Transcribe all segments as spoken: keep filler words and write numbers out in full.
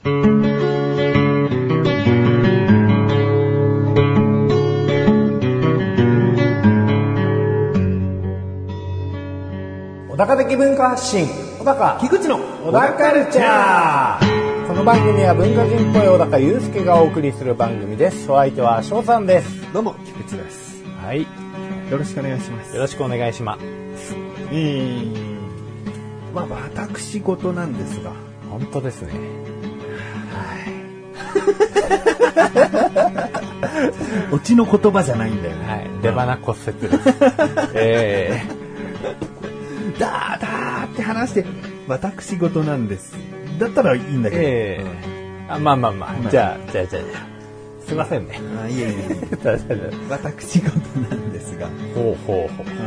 小高的文化発信、小高菊池の小高カルチャー。この番組は文化人っぽい小高祐介がお送りする番組です。お相手は翔さんです。 どうも菊池です。 はい、 よろしくお願いします。 よろしくお願いします。 えー、まあ私事なんですが、 本当ですね。 はい。オチの言葉じゃないんだよね。 はい。出鼻骨折です。えー、だーだーって話して私事なんです。だったらいいんだけど。 えー、あまあまあまあ。まあ、じゃあじゃあじゃあじゃあ。すいませんね。 あ、いえいえいえ。私事なんですが。 ほうほうほう。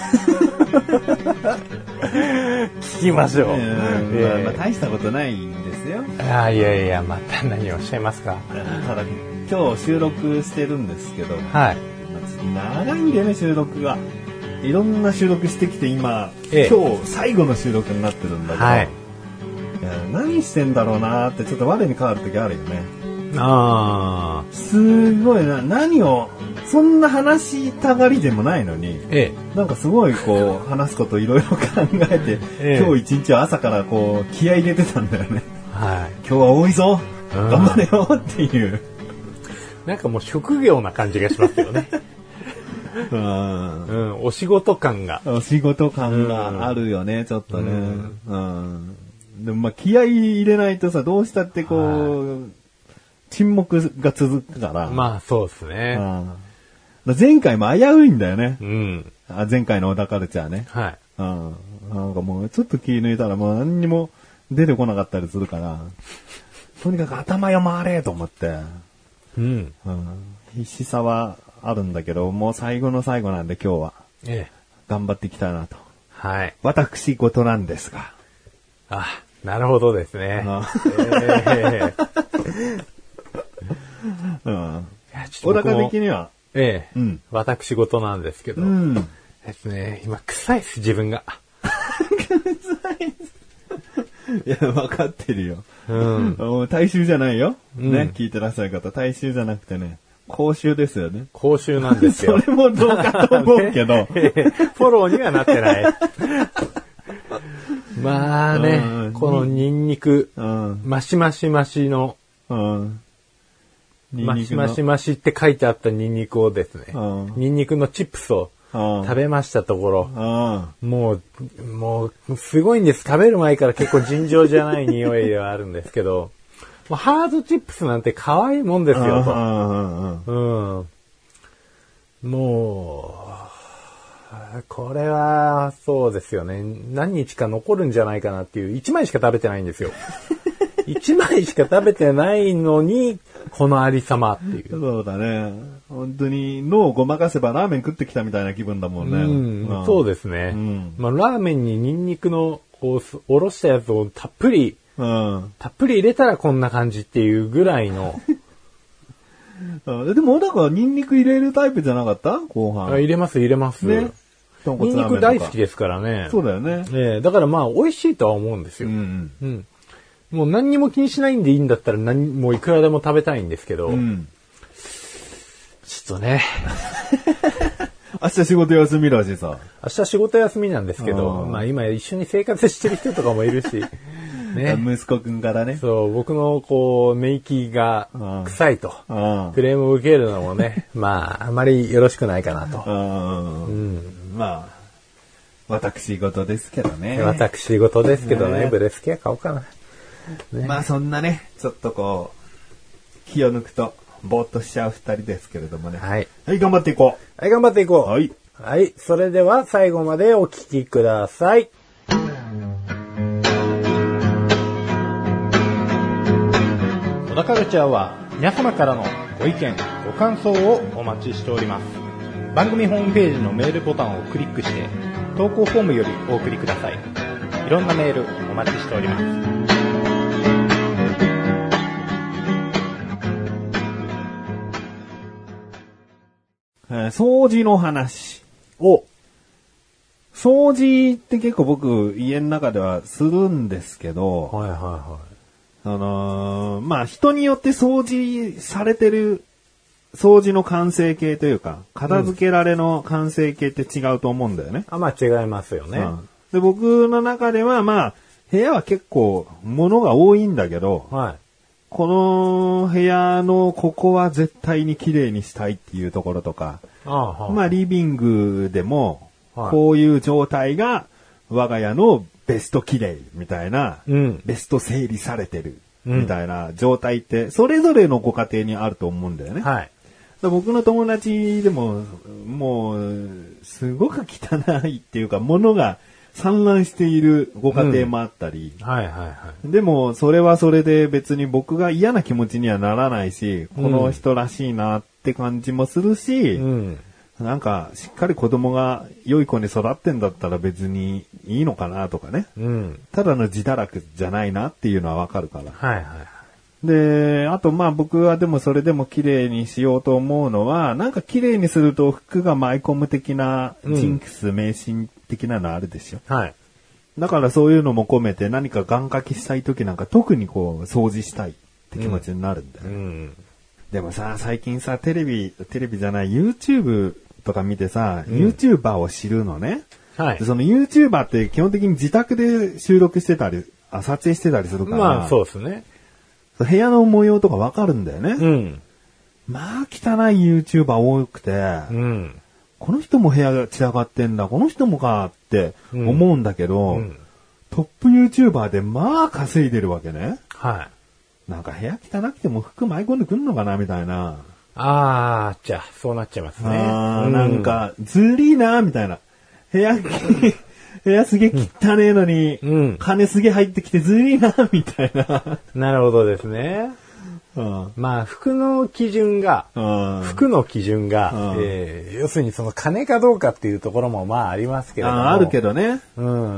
聞きましょう。 えーまあ、まあ大したことないんですよ。 あいやいや、また何をおっしゃいますか。 ただ今日収録してるんですけど、 はい。 長いんだよね、収録が。いろんな収録してきて今、ええ、今日最後の収録になってるんだけど、はい、いや何してんだろうなーってちょっと我に返る時あるよね。 ああ、 すごいな、何をそんな話したがりでもないのに、ええ、なんかすごいこう話すこといろいろ考えて、ええ、今日一日は朝からこう気合い入れてたんだよね。はい。今日は多いぞ、頑張れよっていう。 なんかもう職業な感じがしますよね。うん、うん、お仕事感が。 お仕事感があるよね、うん、ちょっとね。うんうん、でもまあ気合い入れないとさ、どうしたってこう、沈黙が続くから。 まあそうですね。 うん、前回も危ういんだよね。 うん、 あ前回の小田カルチャーね。 はい。 うん、なんかもうちょっと気抜いたらもう何にも出てこなかったりするから、とにかく頭よ回れと思って。 うんうん、必死さはあるんだけど、もう最後の最後なんで今日は、ええ、頑張っていきたいなと。 はい。 私事なんですが。 あ、なるほどですね。 あえーうん、小高的には、 ええ、うん、私事なんですけど、うん、ですね、今臭いです、自分が。 臭いいや、分かってるよ。 うん。 大衆じゃないよ。 うん、 ね、聞いてらっしゃる方。大衆じゃなくてね、公衆ですよね。 公衆なんですよ。 それもどうかと思うけど。 ね、フォローにはなってない。まあね、うん、このニンニク、うん、マシマシマシの、うん、マシマシマシって書いてあったニンニクをですね、うん、ニンニクのチップスを食べましたところ、うん、もう、もう、すごいんです。食べる前から結構尋常じゃない匂いではあるんですけど、もうハードチップスなんて可愛いもんですよと。うん、もう、これはそうですよね。何日か残るんじゃないかなっていう、いちまいしか食べてないんですよ。いちまいしか食べてないのに、このありさまっていう。 そうだね。本当に脳をごまかせばラーメン食ってきたみたいな気分だもんね。 うんうん、そうですね。うん、まあ、ラーメンにニンニクのこうおろしたやつをたっぷり、うん、たっぷり入れたらこんな感じっていうぐらいの。 でもだからニンニク入れるタイプじゃなかった後半。 入れます入れます。ね。ニンニク大好きですからね。 そうだよね。 ええ、だからまあ美味しいとは思うんですよ。うんうん、もう何にも気にしないんでいいんだったら何もういくらでも食べたいんですけど、うん、ちょっとね。 明日仕事休みらしいさ。 明日仕事休みなんですけど、まあ今一緒に生活してる人とかもいるし、 ね、息子くんからね。 そう、僕のこう、免疫が臭いと、クレームを受けるのもね、まあ、あまりよろしくないかなと。 うん、まあ、私事ですけどね。 私事ですけどね、ねブレスケア買おうかな。 ね、まあそんなね、ちょっとこう、気を抜くと、ぼーっとしちゃう二人ですけれどもね。 はい。 はい、頑張っていこう。はい、頑張っていこう。 はい。 はい、それでは最後までお聞きください。小田カルチャーは皆様からのご意見、ご感想をお待ちしております。番組ホームページのメールボタンをクリックして投稿フォームよりお送りください。いろんなメールお待ちしております。 えー、掃除の話を掃除って結構僕家の中ではするんですけど、 はいはいはあのー、まあ、人によって掃除されてる、掃除の完成形というか、片付けられの完成形って違うと思うんだよね。 うん、あ、まあ違いますよね、うん。 で、僕の中では、まあ、部屋は結構物が多いんだけど、はい、この部屋のここは絶対に綺麗にしたいっていうところとか、ああはあ、まあ、リビングでも、こういう状態が我が家のベスト綺麗みたいな、うん、ベスト整理されてるみたいな状態って、それぞれのご家庭にあると思うんだよね。はい、僕の友達でも、もう、すごく汚いっていうか、物が散乱しているご家庭もあったり、うん、はいはいはい。でも、それはそれで別に僕が嫌な気持ちにはならないし、この人らしいなって感じもするし、うん、なんか、しっかり子供が良い子に育ってんだったら別にいいのかなとかね。うん、ただの自堕落じゃないなっていうのはわかるから。はいはいはい。で、あとまあ僕はでもそれでも綺麗にしようと思うのは、なんか綺麗にすると服が舞い込む的なジンクス、うん、迷信的なのあるでしょ。はい。だからそういうのも込めて何か願掛けしたい時なんか特にこう掃除したいって気持ちになるんだよね。うんうん、でもさ、最近さ、テレビ、テレビじゃない、YouTube とか見てさ、うん、YouTuber を知るのね。はい。で、その YouTuber って基本的に自宅で収録してたり、あ、撮影してたりするから。 まあそうですね。 部屋の模様とかわかるんだよね。うん。まあ汚い YouTuber 多くて、うん。この人も部屋が散らかってんだ、この人もかって思うんだけど、うんうん、トップ YouTuber でまあ稼いでるわけね。はい。なんか部屋汚くても服舞い込んでくんのかなみたいな。 ああ、じゃあそうなっちゃいますね。 ああ、うん、なんかずりーなみたいな。部屋部屋すげえ汚ねえのに、うん、金すげえ入ってきてずりーなみたいな。 なるほどですね。うん、まあ服の基準が、うん、服の基準が、うん、えー、要するにその金かどうかっていうところもまあありますけれども。 あ, あるけどね。 うん。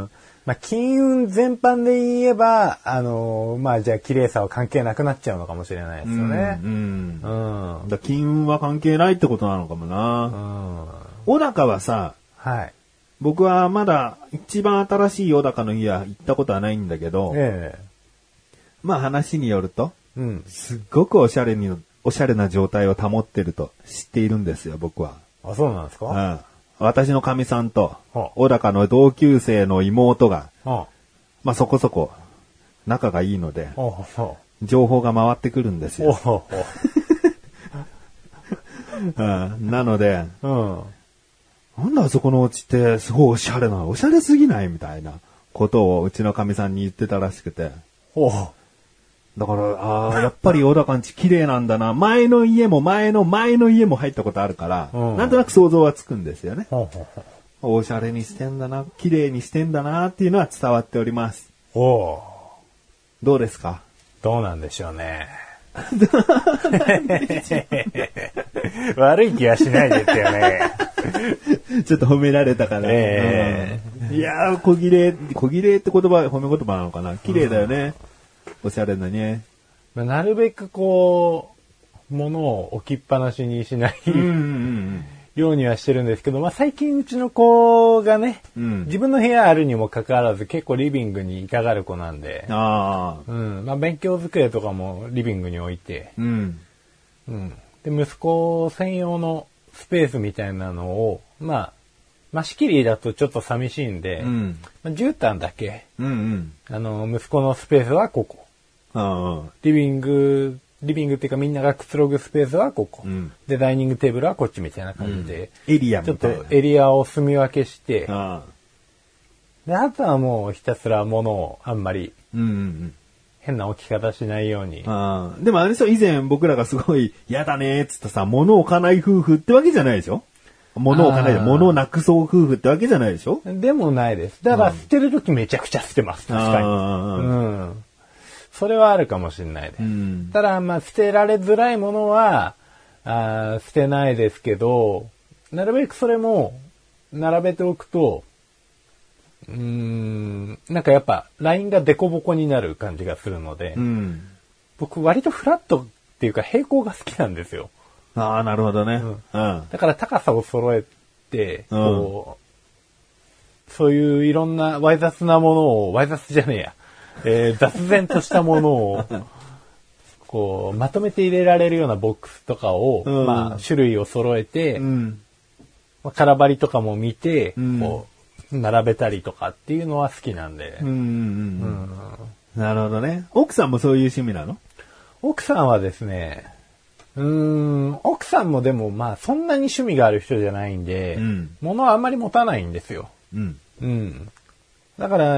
まあ金運全般で言えば、あのー、まあじゃあ綺麗さは関係なくなっちゃうのかもしれないですよね。うん。 うん。うん、だ金運は関係ないってことなのかもな。うん。小高はさ、はい。僕はまだ一番新しい小高の家は行ったことはないんだけど、ええ、まあ話によると、うん、すっごくおしゃれに、おしゃれな状態を保ってると知っているんですよ、僕は。 あ、そうなんですか？うん。 私の神さんと、小高の同級生の妹が、はあ、まあそこそこ仲がいいので、はあ、情報が回ってくるんですよ。はあ、うん、なので、うん、なんだあそこのお家ってすごいおしゃれな、おしゃれすぎないみたいなことをうちの神さんに言ってたらしくて。ほう。だから、ああ、やっぱり小高んち綺麗なんだな。前の家も前の前の家も入ったことあるから、うん、なんとなく想像はつくんですよね。ほうほうほう。おしゃれにしてんだな、綺麗にしてんだなっていうのは伝わっております。おう。どうですか？ どうなんでしょうね。悪い気はしないですよね。 ちょっと褒められたから。えーうん、いやー、小綺麗、小綺麗って言葉、褒め言葉なのかな。綺麗だよね。うん、おしゃれなね。 まあ、なるべくこう、物を置きっぱなしにしないうんうん、うん、ようにはしてるんですけど、まあ最近うちの子がね、うん、自分の部屋あるにもかかわらず結構リビングにいたがる子なんで、あうん、まあ勉強机とかもリビングに置いて、うんうん、で息子専用のスペースみたいなのを、まあ、まあ、仕切りだとちょっと寂しいんで、うんまあ、絨毯だけ、うんうん、あの、息子のスペースはここ。あリビング、リビングっていうかみんながくつろぐスペースはここ。うん、で、ダイニングテーブルはこっちみたいな感じで、 うん、エリアみたいな。 ちょっとエリアを住み分けして、あで、あとはもうひたすら物をあんまり、うんうんうん変な置き方しないように。 あでもあれでしょ、以前僕らがすごい嫌だねーっつったさ、物を置かない夫婦ってわけじゃないでしょ？物を置かないで、物をなくそう夫婦ってわけじゃないでしょ？ でもないです。だから捨てるときめちゃくちゃ捨てます。確かに。うん。それはあるかもしれないです。うん、ただ、まあ捨てられづらいものは、あ捨てないですけど、なるべくそれも並べておくと、うーんなんかやっぱラインがデコボコになる感じがするので、うん、僕割とフラットっていうか平行が好きなんですよ。 ああ、なるほどね、うんうん。 だから高さを揃えて、こう、うん、そういういろんなわい雑なものを、わい雑じゃねえや。 えー、雑然としたものを、こう、まとめて入れられるようなボックスとかを、うん、まあ、種類を揃えて、うん、空張りとかも見て、うん、こう、並べたりとかっていうのは好きなんで。うんうんうんうん、なるほどね。奥さんもそういう趣味なの？ 奥さんはですね、うーん、奥さんもでもまあそんなに趣味がある人じゃないんで、うん、物はあんまり持たないんですよ。うん。うん。だから、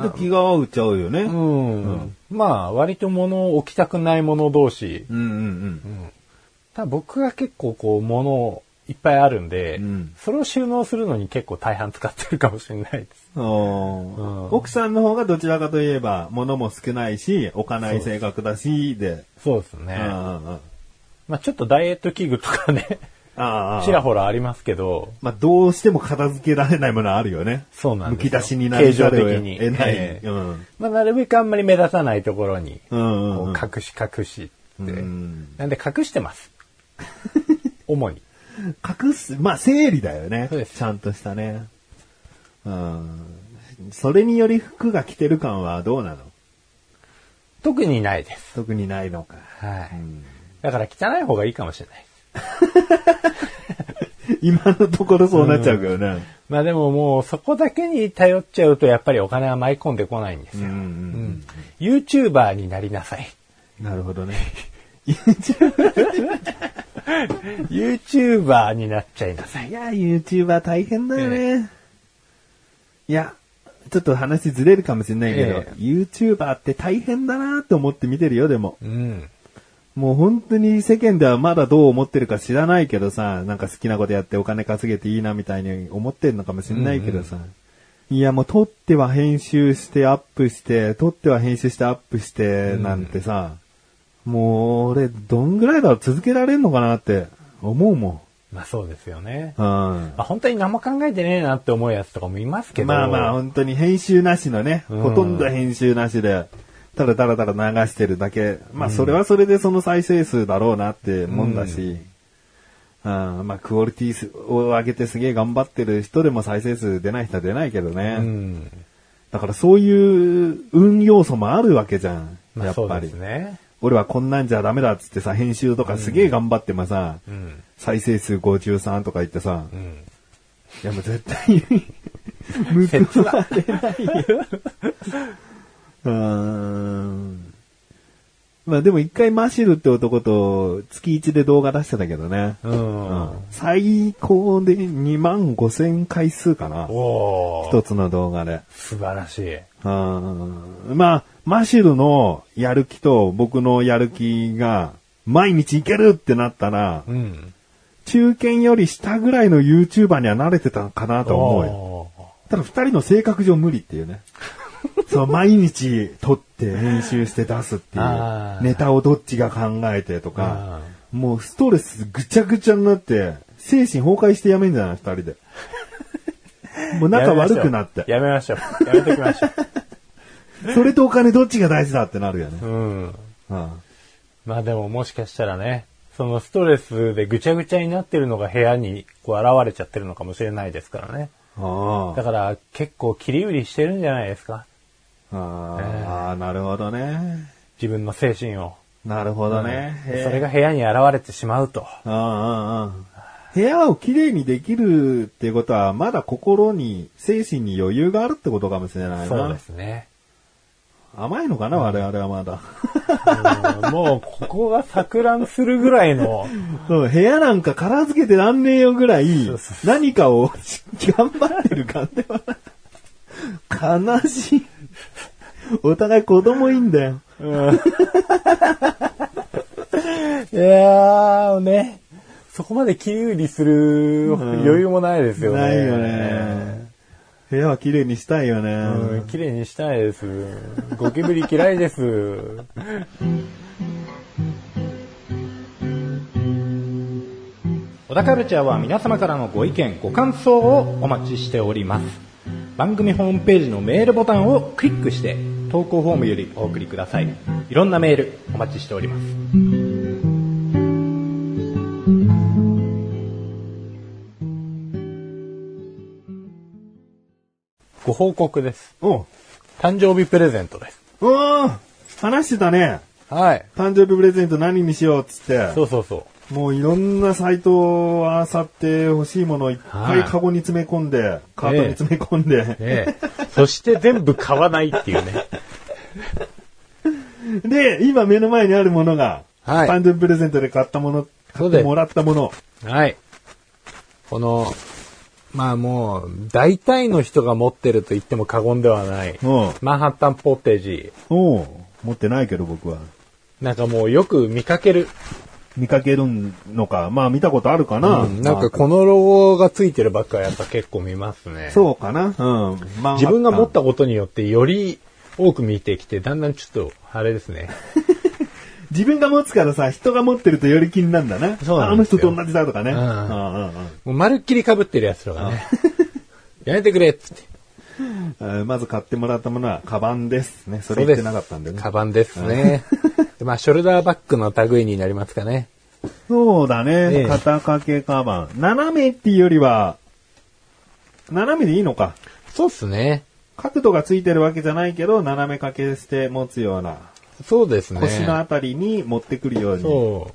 気が合うちゃうよね。うん。うん、まあ割と物を置きたくない者同士。うんうんうん。うん、ただ僕が結構こう物いっぱいあるんで、うん、それを収納するのに結構大半使ってるかもしれないです。うん、 奥さんの方がどちらかといえば物も少ないし、置かない性格だし、で。 そうですね。まあちょっとダイエット器具とかね、あちらほらありますけど。 まあどうしても片付けられないものあるよね。 そうなんですよ。 むき出しになる。形状的に。 えない、えーうん。 まあなるべくあんまり目立たないところに、うんうんうん、こう隠し隠しって、うん。なんで隠してます。主に。 隠す、まあ整理だよね。そうです。ちゃんとしたね。うん。それにより服が着てる感はどうなの？ 特にないです。 特にないのか。 はい。うん、だから汚い方がいいかもしれない。 今のところそうなっちゃうけどね。うん、 まあでももうそこだけに頼っちゃうとやっぱりお金は舞い込んでこないんですよ。うんうんうんうん、YouTuber になりなさい。 なるほどね。 YouTuber になっちゃいなさい。 いや、YouTuber 大変だよね。えー、いや、ちょっと話ずれるかもしれないけど、えー、YouTuber って大変だなと思って見てるよ、でも。うん、もう本当に世間ではまだどう思ってるか知らないけどさ、なんか好きなことやってお金稼げていいなみたいに思ってるのかもしれないけどさ。うんうん、いや、もう撮っては編集してアップして、撮っては編集してアップしてなんてさ、うん、もう俺どんぐらいだろう続けられるのかなって思うもん。 まあそうですよね。うん。まあ、本当に何も考えてねえなって思うやつとかもいますけど。 まあまあ本当に編集なしのね、うん、ほとんど編集なしで、ただただただ流してるだけ。まあそれはそれでその再生数だろうなってもんだし、うん、うんまあクオリティを上げてすげえ頑張ってる人でも再生数出ない人は出ないけどね。うん、だからそういう運要素もあるわけじゃん。やっぱり。まあ、そうですね。俺はこんなんじゃダメだっつってさ、編集とかすげえ頑張ってもさ、うん、再生数ごじゅうさんとか言ってさ、うん、いやもう絶対報われないよ。うーん。まあでも一回マシルって男と月一で動画出してたけどね。うん、最高でにまんごせんかい数かな。一つの動画で。 素晴らしい。 うんまあ、マシルのやる気と僕のやる気が毎日いけるってなったら、うん、中堅より下ぐらいの YouTuber には慣れてたかなと思うよ。ただ二人の性格上無理っていうね。そう毎日撮って編集して出すっていう。ネタをどっちが考えてとか、もうストレスぐちゃぐちゃになって、精神崩壊してやめんじゃない二人で。もう仲悪くなって。 やめましょう。やめときましょう。それとお金どっちが大事だってなるよね。うん。 ああまあでももしかしたらね、そのストレスでぐちゃぐちゃになってるのが部屋にこう現れちゃってるのかもしれないですからね。ああだから結構切り売りしてるんじゃないですか。 あ、えー、あなるほどね。 自分の精神を。 なるほどね。 うん、それが部屋に現れてしまうと。あああ部屋をきれいにできるってことはまだ心に精神に余裕があるってことかもしれないな。 そうですね。 甘いのかな、うん、我々はまだ、 うん。もうここが錯乱するぐらいのそう。部屋なんか片付けてらんねえよぐらい何かを頑張ってる感じは悲しい。お互い子供いいんだよ。うん、いやーね。そこまで切り売りする余裕もないですよね。 ないよね。部屋は綺麗にしたいよね。 うん、綺麗にしたいです。ゴキブリ嫌いです。小田カルチャーは皆様からのご意見、ご感想をお待ちしております。番組ホームページのメールボタンをクリックして投稿フォームよりお送りください。いろんなメールお待ちしております。ご報告です。お誕生日プレゼントです。 うわー話してたね。 はい。 誕生日プレゼント何にしようっつって。 そうそうそう。 もういろんなサイトをあさって欲しいものをいっぱいカゴに詰め込んで、はい、カートに詰め込んで。 えええ、そして全部買わないっていうね。 で、今目の前にあるものが、はい、誕生日プレゼントで買ったもの、買ってもらったもの。 はい。この、まあもう、大体の人が持ってると言っても過言ではない。マンハッタンポテージ。 おう持ってないけど僕は。 なんかもうよく見かける。 見かけるのか。まあ見たことあるかな。 うん、なんかこのロゴがついてるばっかやっぱ結構見ますね。 そうかな。うん。 自分が持ったことによってより多く見てきて、だんだんちょっと、あれですね。 自分が持つからさ、人が持ってるとより気になるんだね。 そうなんあの人と同じだとかね。うんうんうんうん、もうまるっきり被ってるやつとかね。やめてくれっつって。 まず買ってもらったものはカバンですね。それ言ってなかったんでね。 カバンですね。まあショルダーバッグの類になりますかね。 そうだね。ええ、肩掛けカバン。斜めっていうよりは斜めでいいのか。 そうっすね。 角度がついてるわけじゃないけど斜め掛けして持つような。 そうですね。 腰のあたりに持ってくるように。 そう。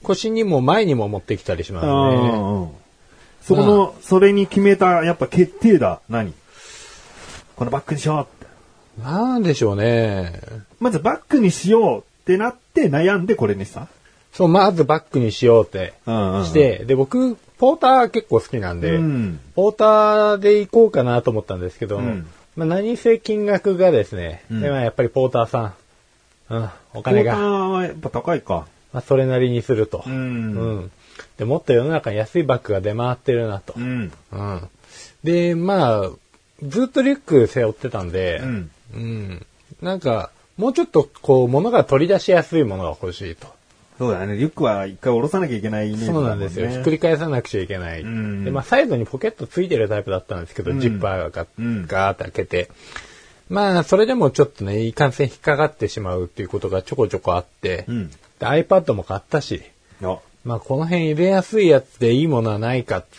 腰にも前にも持ってきたりしますね。うんうん、 そこの、まあ、それに決めたやっぱ決定だ。何？このバッグにしようって。 なんでしょうね。 まずバッグにしようってなって悩んでこれにした？ そう、まずバッグにしようってして、うんうんうん、で、僕、ポーター結構好きなんで、うん、ポーターで行こうかなと思ったんですけど、うん、まあ、何せ金額がですね、うん、でまあやっぱりポーターさん、うん、お金が。 ポーターはやっぱ高いか。 まあ、それなりにすると。 うんうん、 で、もっと世の中に安いバッグが出回ってるなと。 うんうん、で、まあ、ずっとリュック背負ってたんで、 うんうん、なんか、もうちょっとこう、物が取り出しやすいものが欲しいと。 そうだね。リュックは一回下ろさなきゃいけないイメージだもんね。 そうなんですよ。ひっくり返さなくちゃいけない。うん、で、まあ、サイドにポケットついてるタイプだったんですけど、うん、ジッパーが、うん、ガーッと開けて。まあ、それでもちょっとね、いかんせん引っかかってしまうっていうことがちょこちょこあって、うん、で iPad も買ったし、まあ、この辺入れやすいやつでいいものはないかって。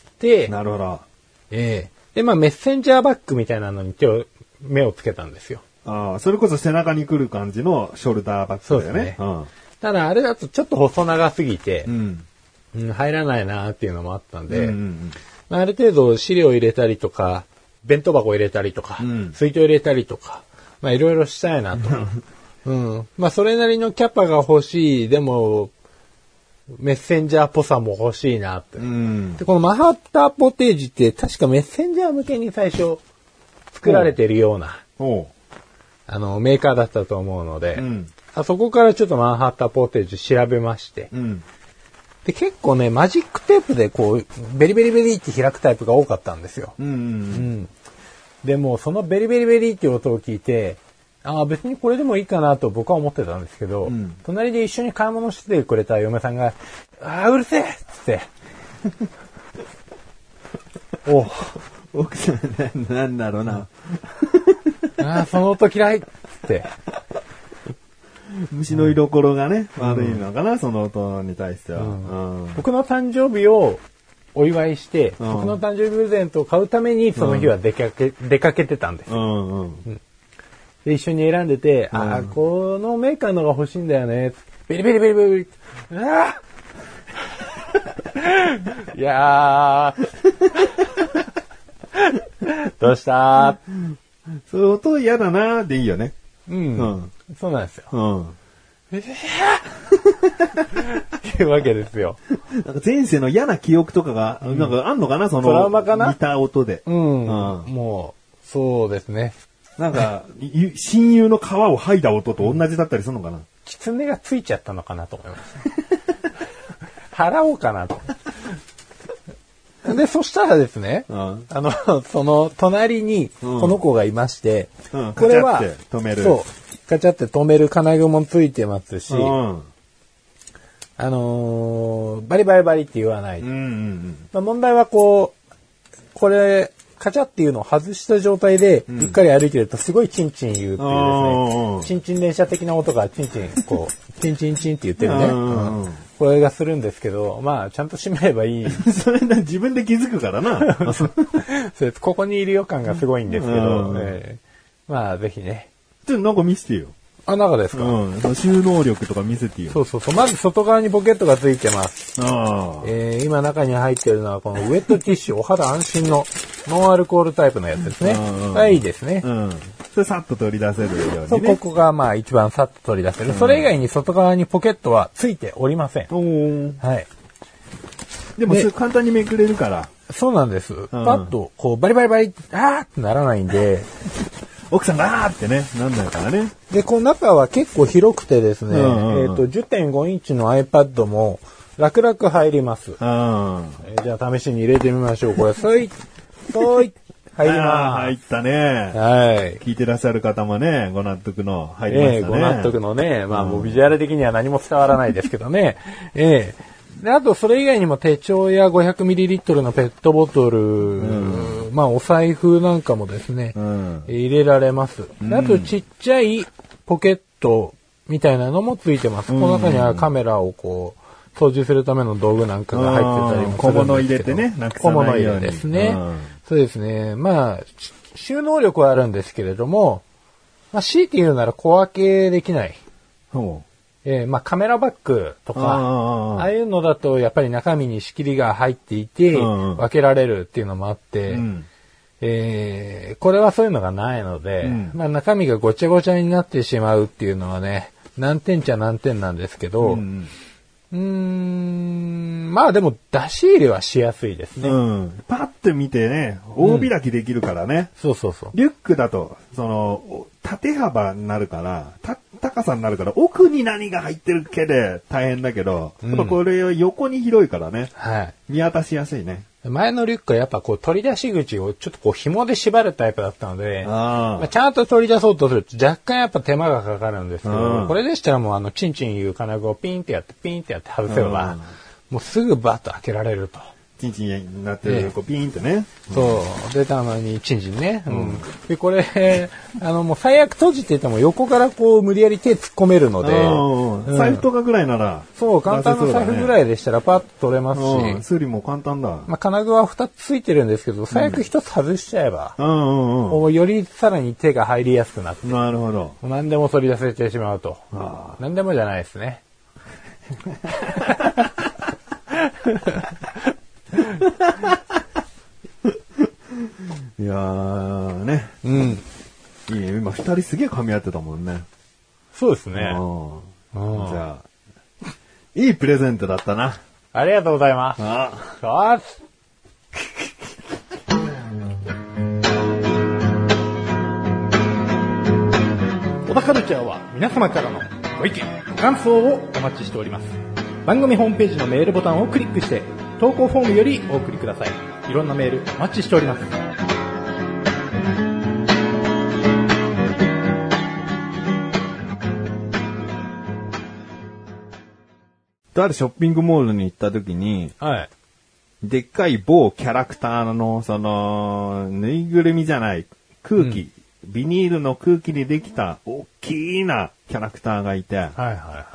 なるほど。 ええー、で、まあ、メッセンジャーバッグみたいなのに手を、目をつけたんですよ。 ああ、それこそ背中に来る感じのショルダーバッグだよね。そうですね。うん、 ただ、あれだとちょっと細長すぎて、 うんうん、入らないなっていうのもあったんで、 うんうんうんまあ、ある程度資料入れたりとか、弁当箱入れたりとか、うん、水筒入れたりとか、まあいろいろしたいなと。うん。まあそれなりのキャパが欲しい、でも、メッセンジャーっぽさも欲しいなって。 うん、 で、このマハッタポテージって確かメッセンジャー向けに最初作られてるような、あの、メーカーだったと思うので、うん、あそこからちょっとマンハッタポテージ調べまして、 うん、 で、結構ね、マジックテープでこう、ベリベリベリって開くタイプが多かったんですよ。 うんうんうんうんでも、そのベリベリベリっていう音を聞いて、ああ、別にこれでもいいかなと僕は思ってたんですけど、うん、隣で一緒に買い物してくれた嫁さんが、ああ、うるせえっつって。お奥さん、なんだろうな。 ああ、その音嫌いっつって。 虫の居所がね、うん、悪いのかな、その音に対しては。 うんうん、僕の誕生日を、お祝いして、うん、僕の誕生日プレゼントを買うためにその日は出かけ、うん、出かけてたんですよ、 うんうん、 で一緒に選んでて、うん、ああこのメーカーのが欲しいんだよねベリベリベリベリあいやーどうしたーそういう音嫌だなーでいいよねうん、うん、そうなんですよ、 うんえー、っていうわけですよ。 なんか前世の嫌な記憶とかが、うん、なんかあんのかなその、 トラウマかな似た音で。 うん。うん、もう、そうですね。 なんか、親友の皮を剥いだ音と同じだったりするのかな、うん、 狐がついちゃったのかなと思います、ね。払おうかなと。で、そしたらですね、うん、あの、その、隣に、この子がいまして、 うん、これは、止める。 そう。カチャって止める金具もついてますし、 うん、 あのー、バリバリバリって言わない。 うんうんうんまあ、問題はこう、これ、カチャっていうのを外した状態で、ゆっかり歩いてるとすごいチンチン言うっていうですね、うん、チンチン電車的な音がチンチン、こう、チンチンチンって言ってるね。 うんうん、 これがするんですけど、まあ、ちゃんと閉めればいい。 それな、自分で気づくからな。 ここにいる予感がすごいんですけど、うんえー、まあ、ぜひね。 ちょっとなんか見せてよ。 あ、中ですか？ うん。収納力とか見せてよ。 そうそうそう。まず外側にポケットがついてます。あえー、今中に入ってるのはこのウェットティッシュ、お肌安心のノンアルコールタイプのやつですね。はい、いいですね。うん。 それさっと取り出せるように、ね。 そう、ここがまあ一番さっと取り出せる。うん、それ以外に外側にポケットはついておりません。おー。はい。 でもそれ簡単にめくれるから。 そうなんです。うん、パッとこうバリバリバリあーってならないんで。 奥さんがあーってね、なんないからね。 で、この中は結構広くてですね、うんうんうん、えっと、じゅってんごインチの iPad も楽々入ります。うん、えー、じゃあ試しに入れてみましょう。これ、そい、そい、入ります。 入ったね。はい。聞いてらっしゃる方もね、ご納得の入りましたね。えー、 ご納得のね、まあもうビジュアル的には何も伝わらないですけどね。えーで、あと、それ以外にも手帳や ごひゃくミリリットル のペットボトル、うん、まあ、お財布なんかもですね、うん、入れられます。であと、ちっちゃいポケットみたいなのもついてます。うん、この中にはカメラをこう、操縦するための道具なんかが入ってたりもするんですけど。 小物入れてね、なくさないように。 小物入れですね。うん、そうですね。まあ、収納力はあるんですけれども、まあ、強いて言うなら小分けできない。えー、まあカメラバッグとか、あ, ああいうのだとやっぱり中身に仕切りが入っていて、分けられるっていうのもあって、うん、えー、これはそういうのがないので、うん、まあ中身がごちゃごちゃになってしまうっていうのはね、難点っちゃ難点なんですけど、うん、うーんまあでも出し入れはしやすいですね。うん、 パッと見てね、大開きできるからね。 うん、そうそうそう。 リュックだと、その、縦幅になるから、た、高さになるから、奥に何が入ってるっけで大変だけど、うん、やっぱこれ横に広いからね。はい。見渡しやすいね。 前のリュックはやっぱこう取り出し口をちょっとこう紐で縛るタイプだったので、あまあ、ちゃんと取り出そうとすると若干やっぱ手間がかかるんですけど、これでしたらもうあのチンチンいう金具をピンってやってピンってやって外せば、もうすぐバッと開けられると。 チンチンになってる、こうピーンってね。 そう。で、たまにチンチンね。うん。で、これ、あの、もう最悪閉じてても横からこう無理やり手突っ込めるので。 うん、財布とかぐらいなら。 そう、簡単な財布ぐらいでしたらパッと取れますし。 うん、数理も簡単だ。 まあ、金具はふたつついてるんですけど、最悪ひとつ外しちゃえば。うんうんうん。よりさらに手が入りやすくなって。 なるほど。 何でも取り出せてしまうと。あ何でもじゃないですね。 いやーね。うん。いいね。今二人すげえ噛み合ってたもんね。 そうですね。じゃあ、いいプレゼントだったな。 ありがとうございます。ああ。小田カルチャーは皆様からのご意見、ご感想をお待ちしております。番組ホームページのメールボタンをクリックして投稿フォームよりお送りください。いろんなメールお待ちしております。 とあるショッピングモールに行った時に、はい、でっかい某キャラクターのそのぬいぐるみじゃない空気、うん、ビニールの空気にできた大きなキャラクターがいて、はいはいはい、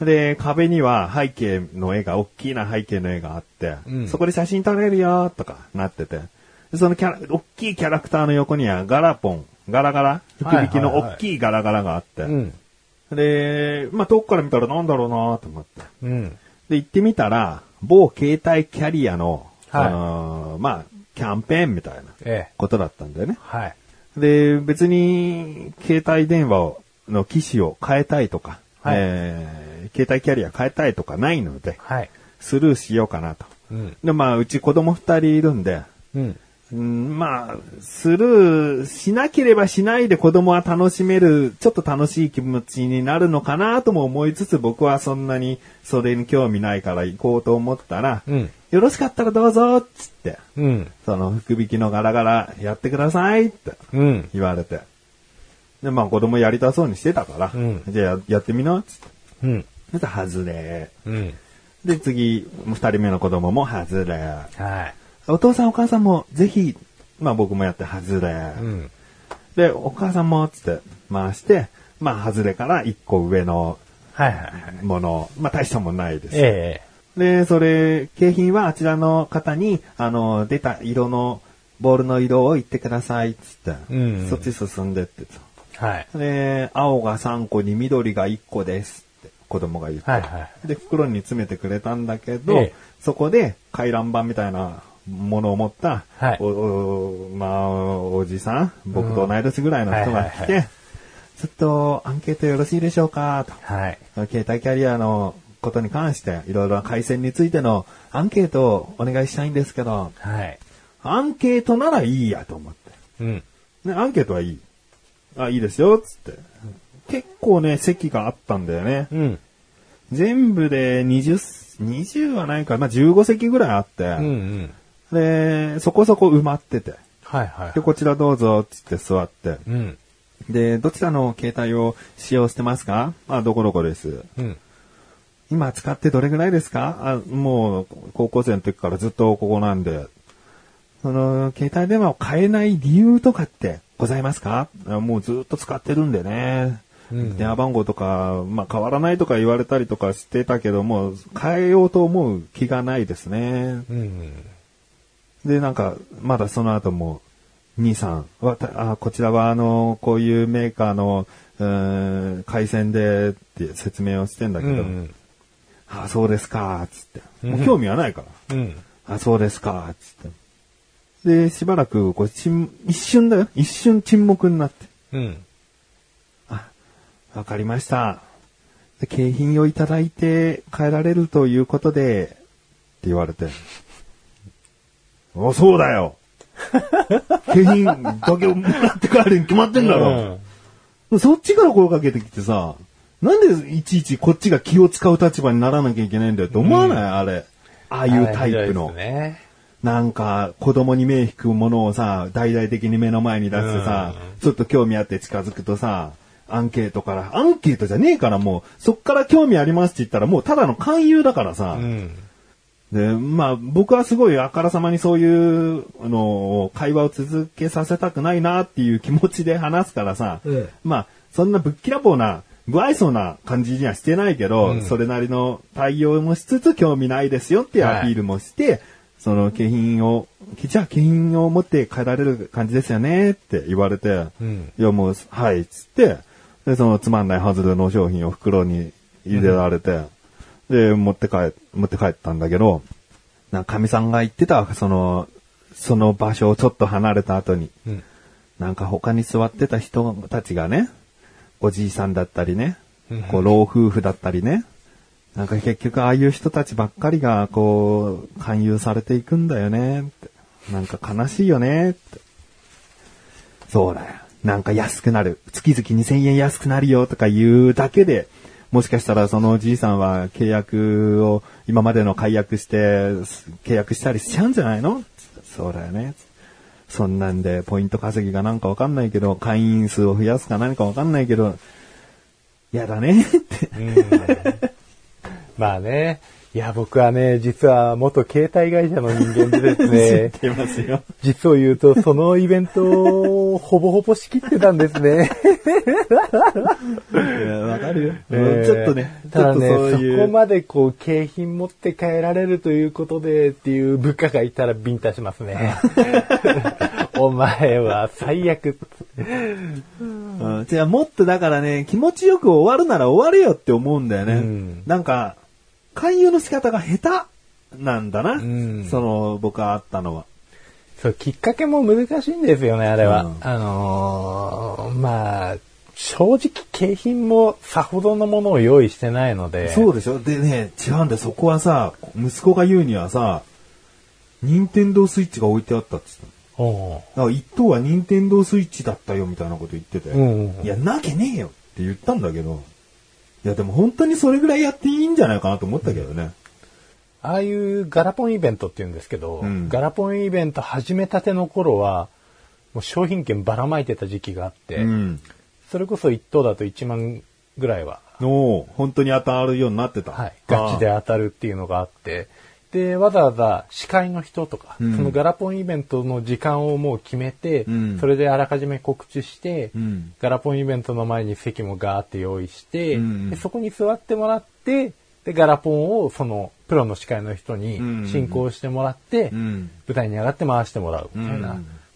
で壁には背景の絵が大きな背景の絵があって、うん、そこで写真撮れるよとかなってて、そのキャラ大きいキャラクターの横にはガラポンガラガラ福引きの大きいガラガラがあって、はいはいはいうん、でまあ遠くから見たらなんだろうなと思って、うん、で行ってみたら某携帯キャリアの、はい、あのー、まあキャンペーンみたいなことだったんだよね、ええはい、で別に携帯電話の機種を変えたいとか、はいえー、携帯キャリア変えたいとかないので、はい、スルーしようかなと、うん、でまあうち子供二人いるんで、うんうん、まあ、スルーしなければしないで子供は楽しめる、ちょっと楽しい気持ちになるのかなとも思いつつ、僕はそんなにそれに興味ないから行こうと思ったら、うん、よろしかったらどうぞっつって、うん、その福引きのガラガラやってくださいって言われて。で、まあ子供やりたそうにしてたから、うん、じゃあ や, やってみなっつって。うん。そしたら外れ、うん。で、次、二人目の子供も外れ。はい。お父さんお母さんもぜひ、まあ僕もやって外れ。うん、で、お母さんもつって回して、まあ外れから一個上のもの、はいはいはい、まあ大したもんないです。ええ、で、それ、景品はあちらの方に、あの、出た色の、ボールの色を言ってくださいっつって、うん、そっち進んでってと。 はい。 で、青がさんこに緑がいっこですって子供が言って。はいはい、で、袋に詰めてくれたんだけど、ええ、そこで回覧板みたいなものを持った、はい、お, お, まあ、おじさん、僕と同い年ぐらいの人が来て、うんはいはいはい、ちょっとアンケートよろしいでしょうかと。はい。携帯キャリアのことに関して、いろいろな回線についてのアンケートをお願いしたいんですけど、はい。アンケートならいいやと思って。うん。ね、アンケートはいい。あ、いいですよ、つって。うん、結構ね、席があったんだよね。うん。全部でにじゅう、にじゅうはないか、まあ、じゅうごせきぐらいあって、うんうん。で、そこそこ埋まってて。はいはい、はい。で、こちらどうぞ、つって座って。うん。で、どちらの携帯を使用してますか？あ、どこどこです。うん。今使ってどれぐらいですか？あ、もう、高校生の時からずっとここなんで。その、携帯電話を変えない理由とかってございますか？もうずっと使ってるんでね。うん、電話番号とか、まあ変わらないとか言われたりとかしてたけども、変えようと思う気がないですね。うん、で、なんか、まだその後も、兄さん、わたあこちらはあの、こういうメーカーの、うーん、回線でって説明をしてんだけど、うん、あ、そうですか、つって。もう興味はないから。うん、あ、そうですか、つって。で、しばらく、こう、一瞬だよ。一瞬沈黙になって。うん。あ、わかりました。で、景品をいただいて帰られるということで、って言われて。あ、そうだよ。景品だけをもらって帰るに決まってんだろ。うん、そっちから声かけてきてさ、なんでいちいちこっちが気を使う立場にならなきゃいけないんだよって思わない、うん、あれ。ああいうタイプの。なんか、子供に目引くものをさ、大々的に目の前に出してさ、うん、ちょっと興味あって近づくとさ、アンケートから、アンケートじゃねえからもう、そっから興味ありますって言ったらもうただの勧誘だからさ。うん、で、まあ僕はすごいあからさまにそういうのを会話を続けさせたくないなっていう気持ちで話すからさ、うん、まあそんなぶっきらぼうな、不愛想な感じにはしてないけど、うん、それなりの対応もしつつ興味ないですよっていうアピールもして、はい、その景品を、じゃあ景品を持って帰られる感じですよねって言われて、うん、いやもう、はい、つって、で、そのつまんないはずの商品を袋に入れられて、うん、で、持って帰、持って帰ったんだけど、なんか神さんが言ってた、その、その場所をちょっと離れた後に、うん、なんか他に座ってた人たちがね、おじいさんだったりね、うん、こう老夫婦だったりね、なんか結局ああいう人たちばっかりがこう勧誘されていくんだよねって。なんか悲しいよねって。そうだよ。なんか安くなる。月々にせんえん安くなるよとか言うだけで、もしかしたらそのおじいさんは契約を今までの解約して契約したりしちゃうんじゃないの？そうだよね。そんなんでポイント稼ぎがなんかわかんないけど、会員数を増やすか何かわかんないけど、やだねって。 うんまあね。いや、僕はね、実は元携帯会社の人間でですね。 知ってますよ。 実を言うと、そのイベントをほぼほぼ仕切ってたんですね。 いや、わかるよ。えー、ちょっとね、 ただね、そ, そこまでこう、景品持って帰られるということでっていう部下がいたらビンタしますね。お前は最悪。 うん、じゃあもっとだからね、気持ちよく終わるなら終われよって思うんだよね。うん、なんか、勧誘の仕方が下手なんだな。うん、その、僕はあったのは。 そう、きっかけも難しいんですよね、あれは。うん、あのー、まあ、正直景品もさほどのものを用意してないので。 そうでしょ。でね、違うんだよ。そこはさ、息子が言うにはさ、任天堂スイッチが置いてあったって言ったの。だから一等は任天堂スイッチだったよみたいなこと言ってて。うんうん、いや、なきゃねえよって言ったんだけど。いやでも本当にそれぐらいやっていいんじゃないかなと思ったけどね。 うん、ああいうガラポンイベントって言うんですけど、うん、ガラポンイベント始めたての頃は、もう商品券ばらまいてた時期があって、うん、それこそ一等だといちまんぐらいは。 おー、本当に当たるようになってた。 はい。ガチで当たるっていうのがあって、で、わざわざ司会の人とか、うん、そのガラポンイベントの時間をもう決めて、うん、それであらかじめ告知して、うん、ガラポンイベントの前に席もガーって用意して、うん、でそこに座ってもらって、で、ガラポンをそのプロの司会の人に進行してもらって、うん、舞台に上がって回してもらうみたいな。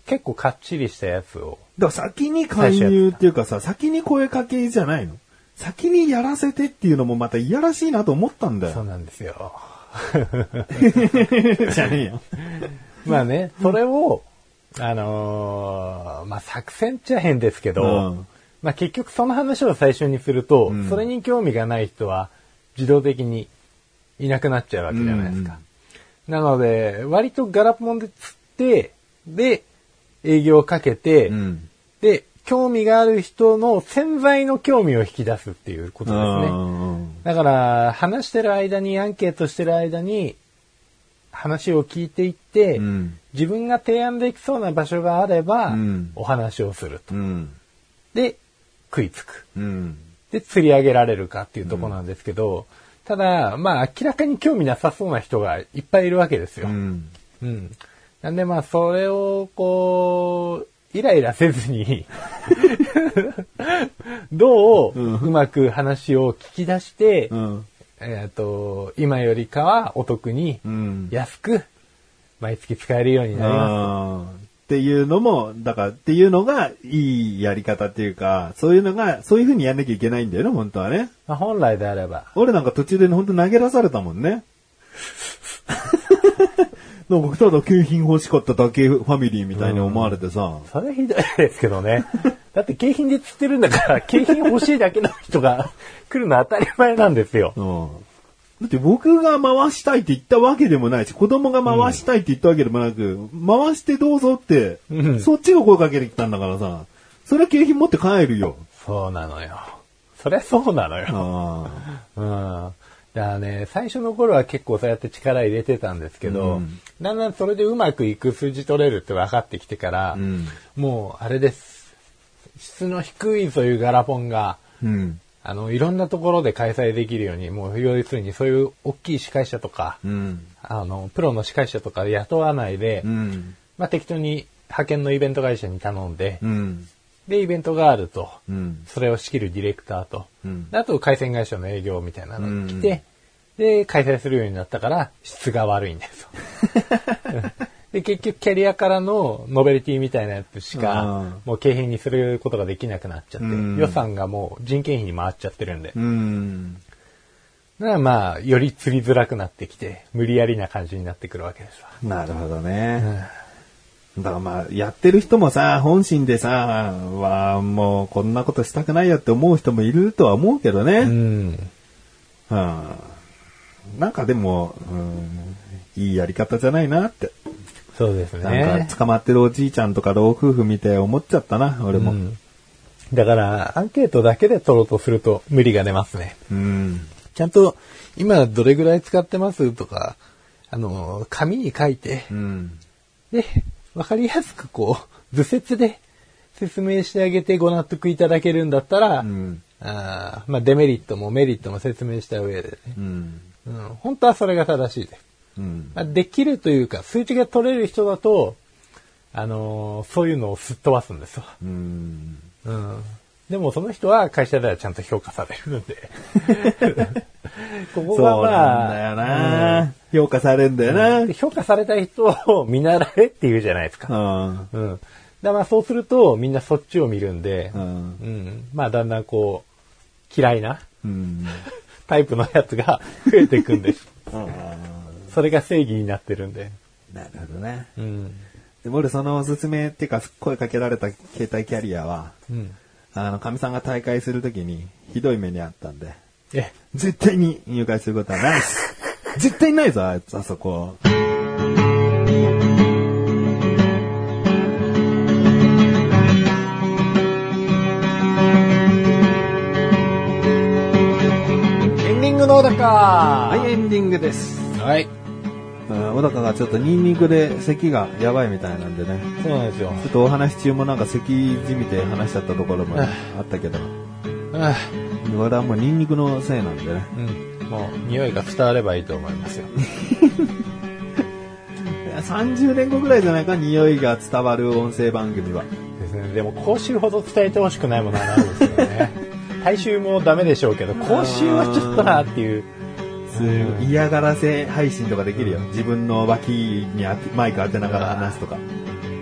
結構かっちりしたやつを。 だから先に勧誘っていうかさ、先に声かけじゃないの？先にやらせてっていうのもまたいやらしいなと思ったんだよ。 そうなんですよ。 じゃねえよ。 まあね、それを、あのー、まあ作戦っちゃ変ですけど、うん、まあ結局その話を最初にすると、うん、それに興味がない人は自動的にいなくなっちゃうわけじゃないですか。うん、なので、割とガラポンで釣って、で、営業をかけて、うん、で、興味がある人の潜在の興味を引き出すっていうことですね。だから、話してる間に、アンケートしてる間に、話を聞いていって、うん、自分が提案できそうな場所があれば、うん、お話をすると。うん、で、食いつく、うん。で、釣り上げられるかっていうところなんですけど、うん、ただ、まあ、明らかに興味なさそうな人がいっぱいいるわけですよ。うんうん、なんで、まあ、それを、こう、イライラせずにどううまく話を聞き出して、うん、えっと、今よりかはお得に安く毎月使えるようになります。 っていうのも、だからっていうのがいいやり方っていうか、そういうのが、そういう風にやんなきゃいけないんだよね、本当はね。 まあ、本来であれば。 俺なんか途中で本当投げ出されたもんね。なんかただ景品欲しかっただけファミリーみたいに思われてさ。 うん、それひどいですけどね。だって景品で釣ってるんだから、景品欲しいだけの人が来るのは当たり前なんですよ。うん、 だって僕が回したいって言ったわけでもないし、子供が回したいって言ったわけでもなく、うん、回してどうぞって、うん、そっちが声かけてきたんだからさ、それは景品持って帰るよ。 そうなのよ。そりゃそうなのよ。あうんだからね、最初の頃は結構そうやって力入れてたんですけど、うん、だんだんそれでうまくいく数字取れるって分かってきてから、うん、もうあれです。質の低いそういうガラポンが、うん、あの、いろんなところで開催できるように、もう要するにそういう大きい司会者とか、うん、あの、プロの司会者とか雇わないで、うん、まあ適当に派遣のイベント会社に頼んで、うんで、イベントがあると、うん、それを仕切るディレクターと、うん、あと回線会社の営業みたいなのが来て、うん、で、開催するようになったから、質が悪いんですよ。で、結局キャリアからのノベルティみたいなやつしか、もう景品にすることができなくなっちゃって、うん、予算がもう人件費に回っちゃってるんで。うん、だからまあ、より釣りづらくなってきて、無理やりな感じになってくるわけですわ。 なるほどね。うんだからまあ、やってる人もさ、本心でさ、わもうこんなことしたくないよって思う人もいるとは思うけどね。うん。はあ、なんかでも、うん、いいやり方じゃないなって。 そうですね。 なんか捕まってるおじいちゃんとか老夫婦見て思っちゃったな、俺も。うん、 だから、アンケートだけで取ろうとすると無理が出ますね。うん。ちゃんと、今どれぐらい使ってますとか、あの、紙に書いて、うん、で、わかりやすくこう、図説で説明してあげてご納得いただけるんだったら、うん、あまあデメリットもメリットも説明した上でね。うんうん、本当はそれが正しいです。うんまあ、できるというか、数値が取れる人だと、あのー、そういうのをすっ飛ばすんですよ。うんうん、でもその人は会社ではちゃんと評価されるんで。ここがまあ、 そうなんだよな、うん、評価されるんだよな、 うん、評価された人を見習えって言うじゃないですか。うん。うん。だからそうするとみんなそっちを見るんで、うん。うん、まあだんだんこう、嫌いな、うん、タイプのやつが増えていくんです。うん。それが正義になってるんで。 なるほどね。うん。でも俺そのおすすめっていうか声かけられた携帯キャリアは、うん、あの、かみさんが大会するときにひどい目にあったんで、え、絶対に入会することはないです。絶対ないぞ、あいつ、あそこ。エンディングの小高。 はい、エンディングです。 はい。 小高がちょっとニンニクで咳がやばいみたいなんでね。 そうなんですよ。 ちょっとお話中もなんか咳じみて話しちゃったところもあったけど。ああ俺はもうニンニクのせいなんでね。 うん。もう匂いが伝わればいいと思いますよ。 さんじゅうねんごぐらいじゃないか、匂いが伝わる音声番組は。 ですね。でも講習ほど伝えてほしくないものはないですよね。大衆もダメでしょうけど、講習はちょっとなっていう。 嫌がらせ配信とかできるよ。自分の脇にマイク当てながら話すとか。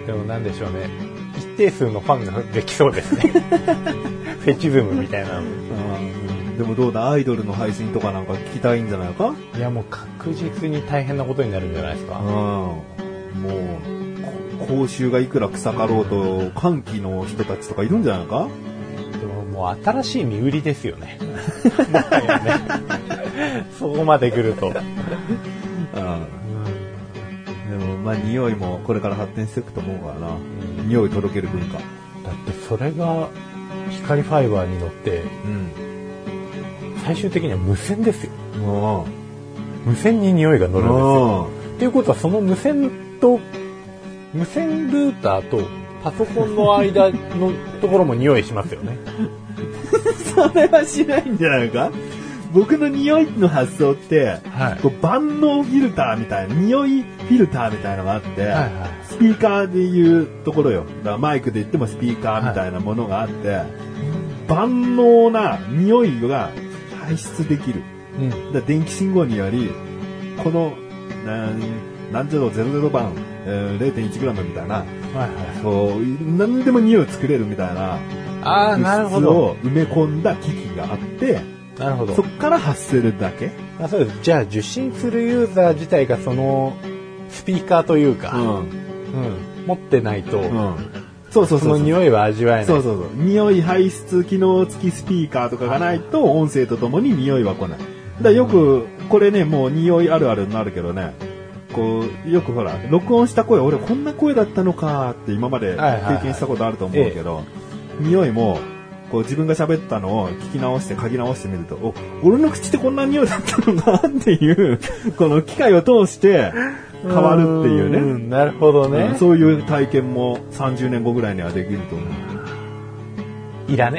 でもなんでしょうね。一定数のファンができそうですね。フェチズムみたいなの。 でもどうだ、アイドルの配信とかなんか聞きたいんじゃないか？ いやもう確実に大変なことになるんじゃないですか。うん、 もう報酬がいくら草かろうと歓喜の人たちとかいるんじゃないか？ でももう新しい身売りですよね。もはやね。そこまで来ると。 あでもまあ匂いもこれから発展していくと思うからな、うん、匂い届ける文化だってそれが光ファイバーに乗って、うん、最終的には無線ですよ。無線に匂いが乗るんですよ。っていうことはその無線と無線ルーターとパソコンの間のところも匂いしますよね。 それはしないんじゃないか。僕の匂いの発想って、はい、こう万能フィルターみたいな、匂いフィルターみたいなのがあって、はいはい、スピーカーでいうところよ。だからマイクで言ってもスピーカーみたいなものがあって、はい、万能な匂いが排出できる。うん、だから電気信号により、この、何十度ゼロゼロ番、えー、ゼロてんいちグラム みたいな、はいはい、そう何でも匂いを作れるみたいな物質を埋め込んだ機器があって、 なるほど。 そこから発するだけ。 あ、そうです。じゃあ受信するユーザー自体がそのスピーカーというか、うんうん、持ってないと、うん、 そうそうそうそう、 その匂いは味わえない。 そうそうそう。匂い排出機能付きスピーカーとかがないと音声とともに匂いは来ない。だからよくこれね、もう匂いあるあるになるけどね。こうよくほら録音した声、俺こんな声だったのかって今まで経験したことあると思うけど、はいはいはい、匂いもこう自分が喋ったのを聞き直して書き直してみると、お、俺の口ってこんな匂いだったのかっていうこの機械を通して変わるっていうね。 うん、なるほどね、 うん。そういう体験もさんじゅうねんごぐらいにはできると思う。 いらね。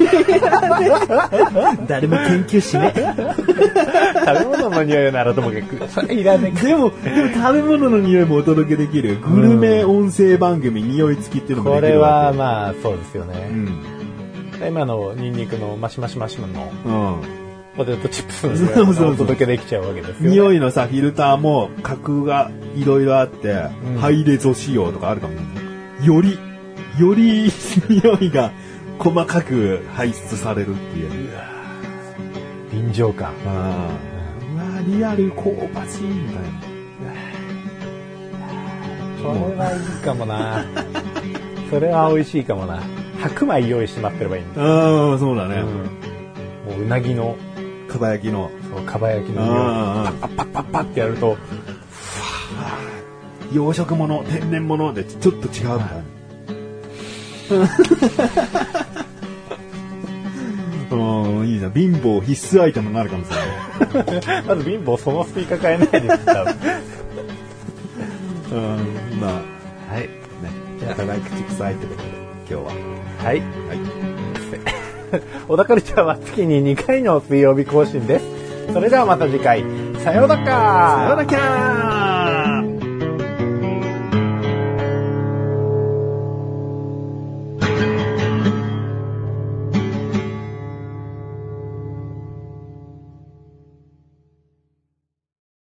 誰も研究しね。 食べ物の匂いならともかく、それいらね。 でも、でも食べ物の匂いもお届けできるグルメ音声番組、うん、匂い付きっていうのもできるわけ。 これはまあそうですよね。うん、今のニンニクのマシマシマシの、うん、ポテトチップスの匂いをお届けできちゃうわけですよ、ね。 匂いのさ、フィルターも格がいろいろあって、うん、ハイレゾ仕様とかあるかもね。より、より匂いが細かく排出されるっていう。うわ臨場感。 あうわリアル香ばしいみたいな。 これはいいかもな。それは美味しいかもな。白米用意して待ってればいいんだ。 ああそうだね、うん。 もううなぎのかば焼きのそうかば焼きの匂いパッパッパッパッパッってやると、 養殖物天然物でちょっと違うみたいな。うん、いいじゃん。貧乏必須アイテムになるかもしれない。まず貧乏そのスピーカー買えないです多分。 うん、まあはいね。 じゃあお互い口臭いってことで今日ははい。はい。小田カルチャーは月ににかいの水曜日更新です。それではまた次回。さようなら。 さようなら。